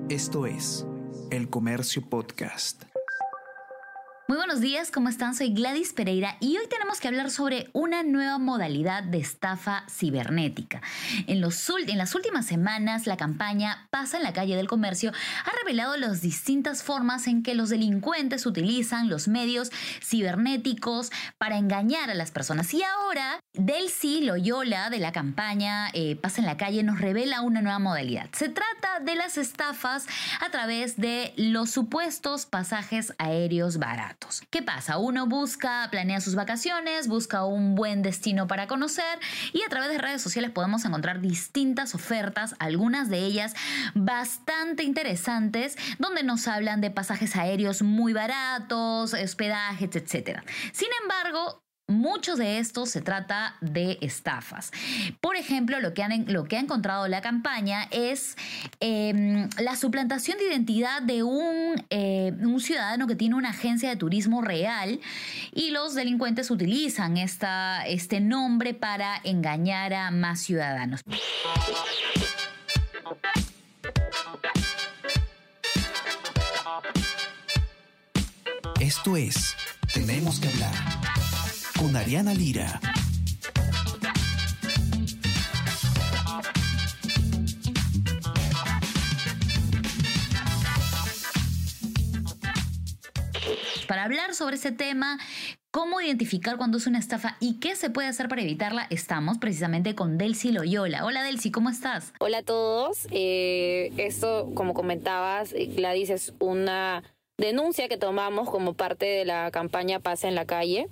Esto es El Comercio Podcast. Muy buenos días, ¿cómo están? Soy Gladys Pereira y hoy tenemos que hablar sobre una nueva modalidad de estafa cibernética. En las últimas semanas, la campaña Pasa en la calle del comercio ha revelado las distintas formas en que los delincuentes utilizan los medios cibernéticos para engañar a las personas. Y ahora, Delcy Loyola de la campaña Pasa en la calle nos revela una nueva modalidad. Se trata de las estafas a través de los supuestos pasajes aéreos baratos. ¿Qué pasa? Uno planea sus vacaciones, busca un buen destino para conocer y a través de redes sociales podemos encontrar distintas ofertas, algunas de ellas bastante interesantes, donde nos hablan de pasajes aéreos muy baratos, hospedajes, etc. Sin embargo, muchos de estos se trata de estafas. Por ejemplo, lo que ha encontrado la campaña es la suplantación de identidad de un ciudadano que tiene una agencia de turismo real y los delincuentes utilizan este nombre para engañar a más ciudadanos. Esto es Tenemos que hablar con Ariana Lira. Para hablar sobre este tema, cómo identificar cuando es una estafa y qué se puede hacer para evitarla, estamos precisamente con Delcy Loyola. Hola Delcy, ¿cómo estás? Hola a todos. Esto, como comentabas, Gladys, es una denuncia que tomamos como parte de la campaña Pasa en la calle.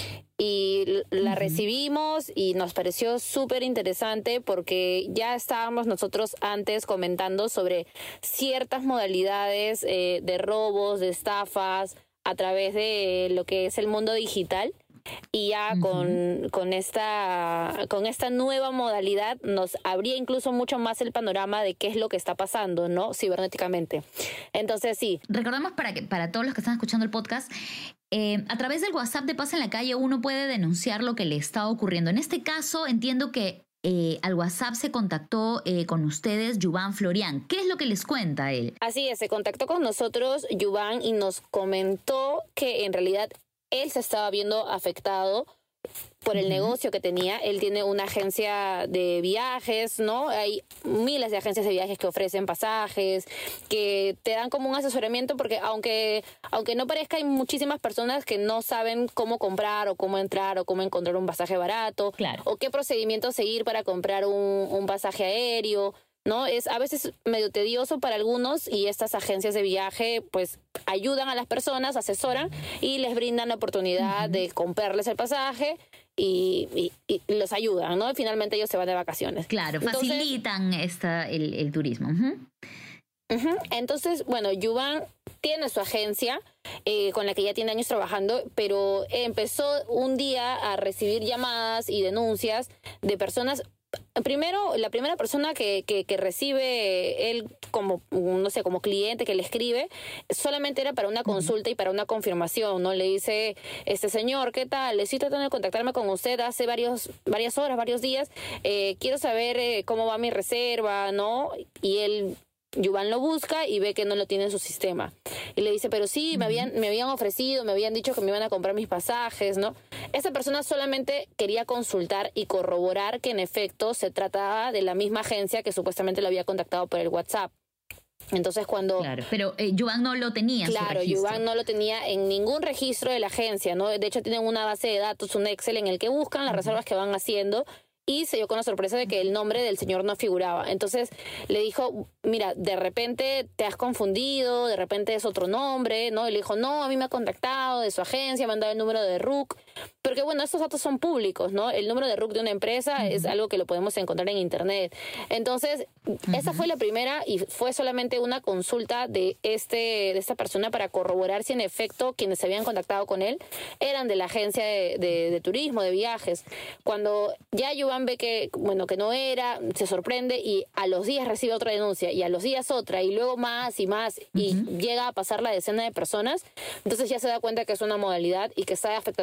Y la recibimos y nos pareció súper interesante porque ya estábamos nosotros antes comentando sobre ciertas modalidades de robos, de estafas a través de lo que es el mundo digital. Y ya con esta nueva modalidad nos abría incluso mucho más el panorama de qué es lo que está pasando, ¿no? Cibernéticamente. Entonces, sí. Recordemos para todos los que están escuchando el podcast, a través del WhatsApp de Pasa en la Calle uno puede denunciar lo que le está ocurriendo. En este caso, entiendo que al WhatsApp se contactó con ustedes Yuvan Florian. ¿Qué es lo que les cuenta él? Así es, se contactó con nosotros Yuvan y nos comentó que en realidad él se estaba viendo afectado por el negocio que tenía. Él tiene una agencia de viajes, ¿no? Hay miles de agencias de viajes que ofrecen pasajes, que te dan como un asesoramiento, porque aunque no parezca, hay muchísimas personas que no saben cómo comprar o cómo entrar o cómo encontrar un pasaje barato, claro, o qué procedimiento seguir para comprar un pasaje aéreo, ¿no? Es a veces medio tedioso para algunos y estas agencias de viaje pues ayudan a las personas, asesoran y les brindan la oportunidad de comprarles el pasaje y los ayudan, ¿no? Y finalmente ellos se van de vacaciones. Claro, facilitan el turismo. Entonces, bueno, Yuvan tiene su agencia con la que ya tiene años trabajando, pero empezó un día a recibir llamadas y denuncias de personas. Primero, la primera persona que recibe él como, no sé, como cliente que le escribe, solamente era para una consulta y para una confirmación, ¿no? Le dice, señor, ¿qué tal? Estoy tratando de contactarme con usted hace varias horas, varios días. Quiero saber cómo va mi reserva, ¿no? Y Yuvan lo busca y ve que no lo tiene en su sistema. Y le dice, pero sí, me habían ofrecido, me habían dicho que me iban a comprar mis pasajes, ¿no? Esa persona solamente quería consultar y corroborar que en efecto se trataba de la misma agencia que supuestamente lo había contactado por el WhatsApp. Entonces cuando... Claro, pero Yuvan no lo tenía. Claro, Yuvan no lo tenía en ningún registro de la agencia, ¿no? De hecho tienen una base de datos, un Excel en el que buscan las reservas que van haciendo. Y se dio con la sorpresa de que el nombre del señor no figuraba. Entonces le dijo, mira, de repente te has confundido, de repente es otro nombre, ¿no? Y le dijo, no, a mí me ha contactado de su agencia, me han dado el número de RUC. Porque bueno, estos datos son públicos, ¿no? El número de RUC de una empresa es algo que lo podemos encontrar en internet. Entonces, esa fue la primera y fue solamente una consulta de esta persona para corroborar si en efecto quienes se habían contactado con él eran de la agencia de turismo, de viajes. Cuando ya Yuvan ve que no era, se sorprende y a los días recibe otra denuncia y a los días otra y luego más y más y llega a pasar la decena de personas, entonces ya se da cuenta que es una modalidad y que está afectando su negocio.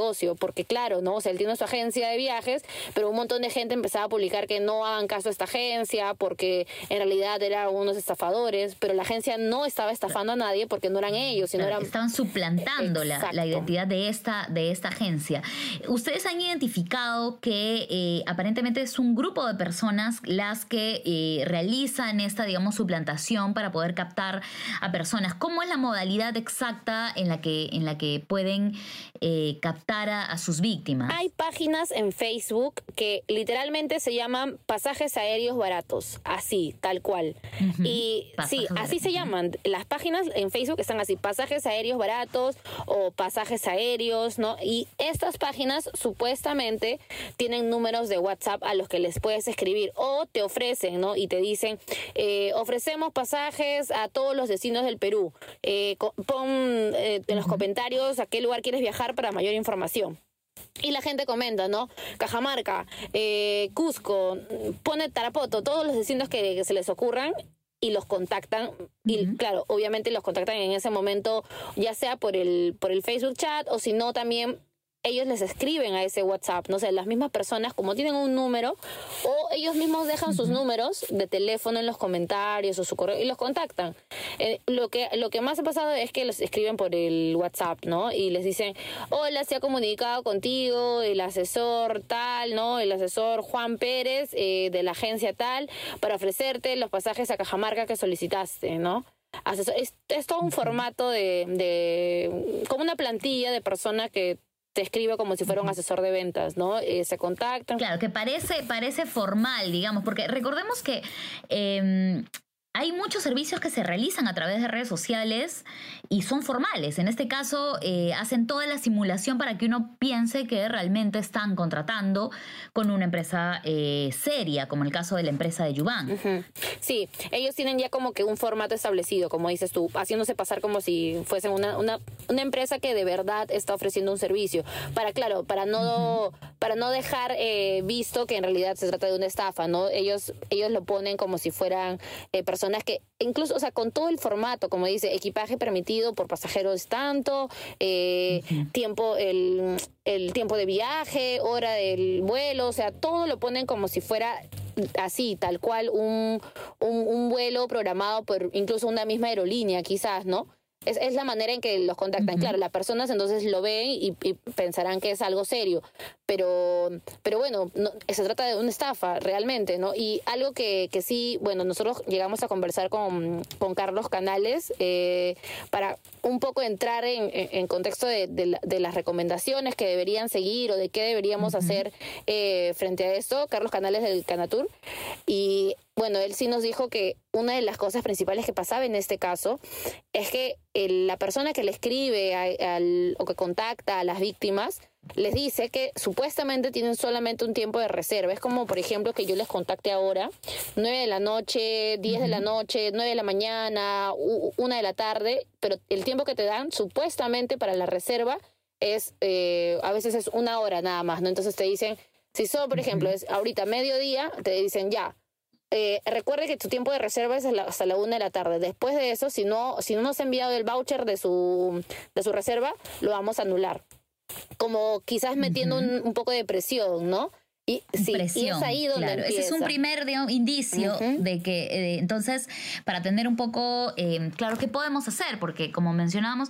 negocio, porque claro, ¿no? O sea, él tiene su agencia de viajes, pero un montón de gente empezaba a publicar que no hagan caso a esta agencia porque en realidad eran unos estafadores, pero la agencia no estaba estafando a nadie porque no eran ellos, sino Claro, eran... estaban suplantando la Exacto. identidad de esta agencia. Ustedes han identificado que aparentemente es un grupo de personas las que realizan esta, digamos, suplantación para poder captar a personas. ¿Cómo es la modalidad exacta en la que pueden captar a sus víctimas? Hay páginas en Facebook que literalmente se llaman pasajes aéreos baratos, así, tal cual. Y sí, así se llaman. Las páginas en Facebook están así, pasajes aéreos baratos o pasajes aéreos, ¿no? Y estas páginas supuestamente tienen números de WhatsApp a los que les puedes escribir o te ofrecen, ¿no? Y te dicen, ofrecemos pasajes a todos los destinos del Perú. Pon en los comentarios a qué lugar quieres viajar para mayor información. Y la gente comenta, ¿no? Cajamarca, Cusco, pone Tarapoto, todos los destinos que se les ocurran y los contactan. Y claro, obviamente los contactan en ese momento, ya sea por el Facebook chat o si no también ellos les escriben a ese WhatsApp, no sé, las mismas personas como tienen un número o ellos mismos dejan sus números de teléfono en los comentarios o su correo y los contactan. Lo que más ha pasado es que los escriben por el WhatsApp, ¿no? Y les dicen, hola, se ha comunicado contigo el asesor tal, ¿no? El asesor Juan Pérez de la agencia tal para ofrecerte los pasajes a Cajamarca que solicitaste, ¿no? Es todo un formato de como una plantilla de personas que te escribe como si fuera un asesor de ventas, ¿no? Se contactan. Claro, que parece formal, digamos, porque recordemos que hay muchos servicios que se realizan a través de redes sociales y son formales. En este caso, hacen toda la simulación para que uno piense que realmente están contratando con una empresa seria, como el caso de la empresa de Yuban. Sí, ellos tienen ya como que un formato establecido, como dices tú, haciéndose pasar como si fuesen una empresa que de verdad está ofreciendo un servicio. Para no dejar visto que en realidad se trata de una estafa, ¿no? Ellos lo ponen como si fueran personas que incluso, o sea, con todo el formato, como dice, equipaje permitido por pasajeros tanto, tiempo, el tiempo de viaje, hora del vuelo, o sea, todo lo ponen como si fuera así, tal cual, un vuelo programado por incluso una misma aerolínea, quizás, ¿no? Es la manera en que los contactan. Claro, las personas entonces lo ven y pensarán que es algo serio. Pero bueno, no, se trata de una estafa realmente, ¿no? Y algo que sí, bueno, nosotros llegamos a conversar con Carlos Canales para un poco entrar en contexto de las recomendaciones que deberían seguir o de qué deberíamos hacer frente a esto. Carlos Canales del Canatur. Y bueno, él sí nos dijo que una de las cosas principales que pasaba en este caso es que la persona que le escribe o que contacta a las víctimas les dice que supuestamente tienen solamente un tiempo de reserva. Es como, por ejemplo, que yo les contacte ahora, 9 de la noche, 10 de la noche, 9 de la mañana, 1 de la tarde, pero el tiempo que te dan supuestamente para la reserva es, a veces es 1 hora nada más, ¿no? Entonces te dicen, si son, por ejemplo, es ahorita mediodía, te dicen ya, recuerde que tu tiempo de reserva es hasta la 1 de la tarde. Después de eso, si no nos ha enviado el voucher de su reserva, lo vamos a anular. Como quizás metiendo un poco de presión, ¿no? Y sí, presión, y es ahí donde empieza. Ese es un primer indicio de que, entonces, para tener un poco claro qué podemos hacer, porque como mencionábamos,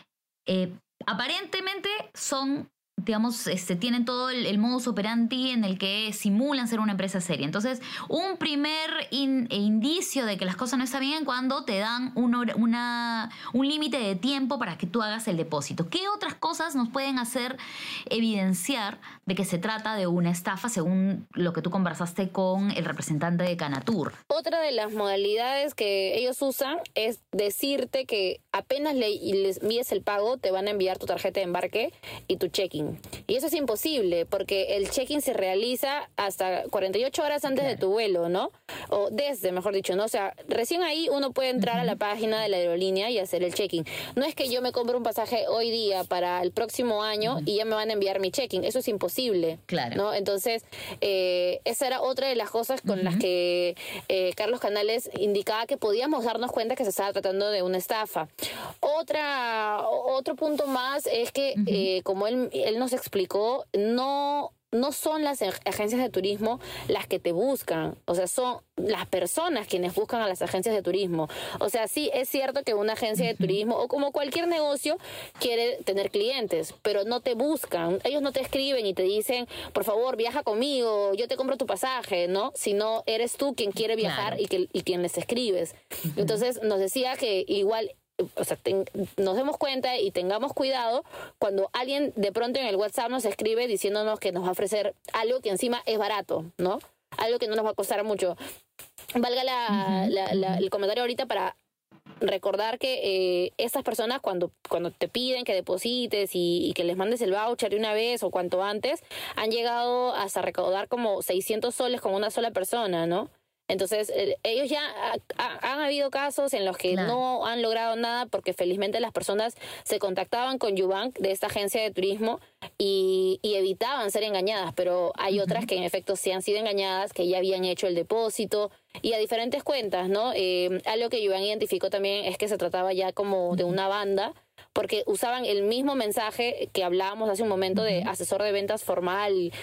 aparentemente son, digamos, tienen todo el modus operandi en el que simulan ser una empresa seria. Entonces, un primer indicio de que las cosas no están bien cuando te dan un límite de tiempo para que tú hagas el depósito. ¿Qué otras cosas nos pueden hacer evidenciar de que se trata de una estafa según lo que tú conversaste con el representante de Canatur? Otra de las modalidades que ellos usan es decirte que apenas les envíes el pago, te van a enviar tu tarjeta de embarque y tu check-in. Y eso es imposible porque el check-in se realiza hasta 48 horas antes de tu vuelo, ¿no? O desde, mejor dicho, ¿no? O sea, recién ahí uno puede entrar a la página de la aerolínea y hacer el check-in. No es que yo me compre un pasaje hoy día para el próximo año y ya me van a enviar mi check-in. Eso es imposible. Claro. ¿No? Entonces, esa era otra de las cosas con las que Carlos Canales indicaba que podíamos darnos cuenta que se estaba tratando de una estafa. Otro punto más es que como él nos explicó, no son las agencias de turismo las que te buscan, o sea, son las personas quienes buscan a las agencias de turismo. O sea, sí es cierto que una agencia de turismo o como cualquier negocio quiere tener clientes, pero no te buscan, ellos no te escriben y te dicen, por favor, viaja conmigo, yo te compro tu pasaje, ¿no? Sino eres tú quien quiere viajar y quien les escribes. Entonces nos decía que igual, o sea, nos demos cuenta y tengamos cuidado cuando alguien de pronto en el WhatsApp nos escribe diciéndonos que nos va a ofrecer algo que encima es barato, ¿no? Algo que no nos va a costar mucho. Valga el comentario ahorita para recordar que estas personas cuando te piden que deposites y que les mandes el voucher de una vez o cuanto antes, han llegado hasta recaudar como 600 soles con una sola persona, ¿no? Entonces, ellos ya han habido casos en los que no han logrado nada porque felizmente las personas se contactaban con Yubank de esta agencia de turismo y evitaban ser engañadas, pero hay otras que en efecto sí han sido engañadas, que ya habían hecho el depósito y a diferentes cuentas, ¿no? Algo que Yubank identificó también es que se trataba ya como de una banda, porque usaban el mismo mensaje que hablábamos hace un momento de asesor de ventas formal,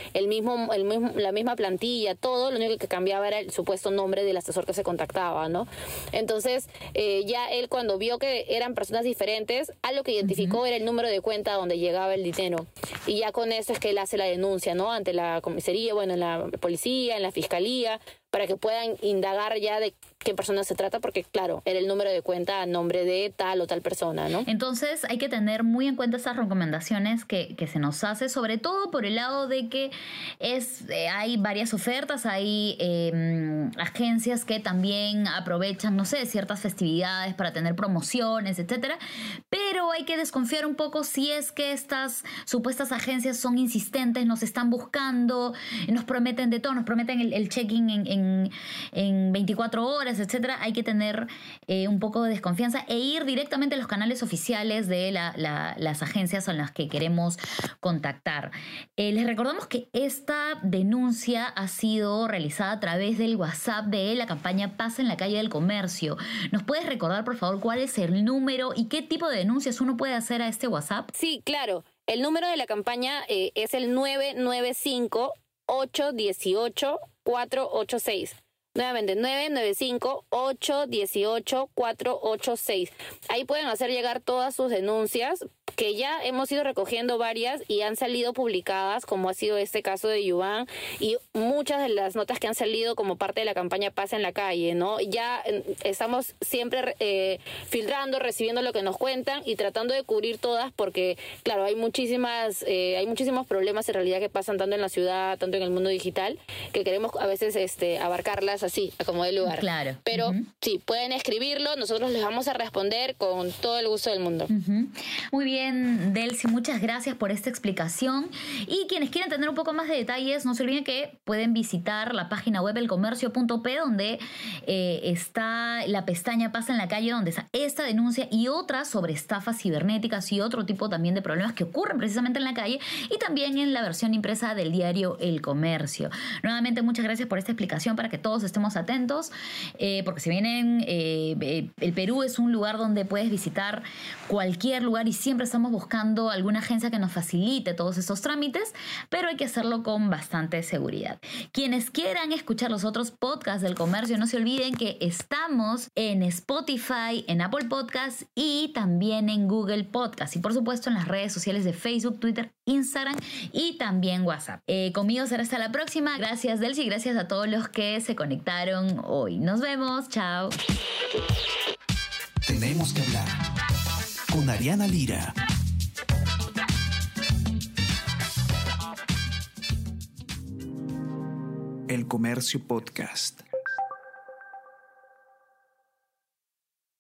la misma plantilla, todo, lo único que cambiaba era el supuesto nombre del asesor que se contactaba, ¿no? Entonces, ya él cuando vio que eran personas diferentes, algo que identificó era el número de cuenta donde llegaba el dinero. Y ya con eso es que él hace la denuncia, ¿no? Ante la comisaría, bueno, en la policía, en la fiscalía, para que puedan indagar ya de qué persona se trata, porque claro, era el número de cuenta a nombre de tal o tal persona, ¿no? Entonces hay que tener muy en cuenta esas recomendaciones que se nos hace, sobre todo por el lado de que hay varias ofertas, hay agencias que también aprovechan, no sé, ciertas festividades para tener promociones, etcétera, pero hay que desconfiar un poco si es que estas supuestas agencias son insistentes, nos están buscando, nos prometen de todo, nos prometen el check-in en 24 horas, etcétera. Hay que tener un poco de desconfianza e ir directamente a los canales oficiales de las agencias en las que queremos contactar. Les recordamos que esta denuncia ha sido realizada a través del WhatsApp de la campaña Paz en la Calle del Comercio. ¿Nos puedes recordar, por favor, cuál es el número y qué tipo de denuncias uno puede hacer a este WhatsApp? Sí, claro. El número de la campaña es el 995-818-486. Nuevamente, 995-818-486. Ahí pueden hacer llegar todas sus denuncias, que ya hemos ido recogiendo varias y han salido publicadas, como ha sido este caso de Yubank, y muchas de las notas que han salido como parte de la campaña Paz en la Calle, ¿no? Ya estamos siempre filtrando, recibiendo lo que nos cuentan y tratando de cubrir todas, porque, claro, hay muchísimos problemas en realidad que pasan tanto en la ciudad, tanto en el mundo digital, que queremos a veces abarcarlas así, a como dé lugar. Claro. Pero sí, pueden escribirlo, nosotros les vamos a responder con todo el gusto del mundo. Muy bien, Delcy, muchas gracias por esta explicación. Y quienes quieran tener un poco más de detalles, no se olviden que pueden visitar la página web elcomercio.p, donde está la pestaña Paz en la Calle, donde está esta denuncia y otras sobre estafas cibernéticas y otro tipo también de problemas que ocurren precisamente en la calle, y también en la versión impresa del diario El Comercio. Nuevamente, muchas gracias por esta explicación para que todos estemos atentos, porque si vienen, el Perú es un lugar donde puedes visitar cualquier lugar y siempre estamos buscando alguna agencia que nos facilite todos estos trámites, pero hay que hacerlo con bastante seguridad. Quienes quieran escuchar los otros podcasts del Comercio, no se olviden que estamos en Spotify, en Apple Podcasts y también en Google Podcasts, y por supuesto en las redes sociales de Facebook, Twitter, Instagram y también WhatsApp. Conmigo será hasta la próxima. Gracias, Delcy, y gracias a todos los que se conectaron hoy. Nos vemos. Chao. Tenemos que hablar con Ariana Lira. El Comercio Podcast.